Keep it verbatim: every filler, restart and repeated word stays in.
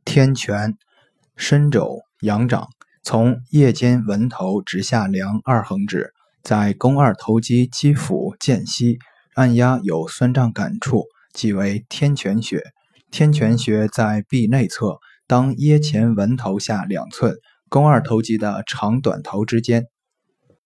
天泉，伸肘仰掌，从腋间纹头直下量二横指，在肱二头肌肌腹间隙按压有酸胀感处，即为天泉穴。天泉穴在臂内侧，当腋前纹头下两寸，肱二头肌的长短头之间。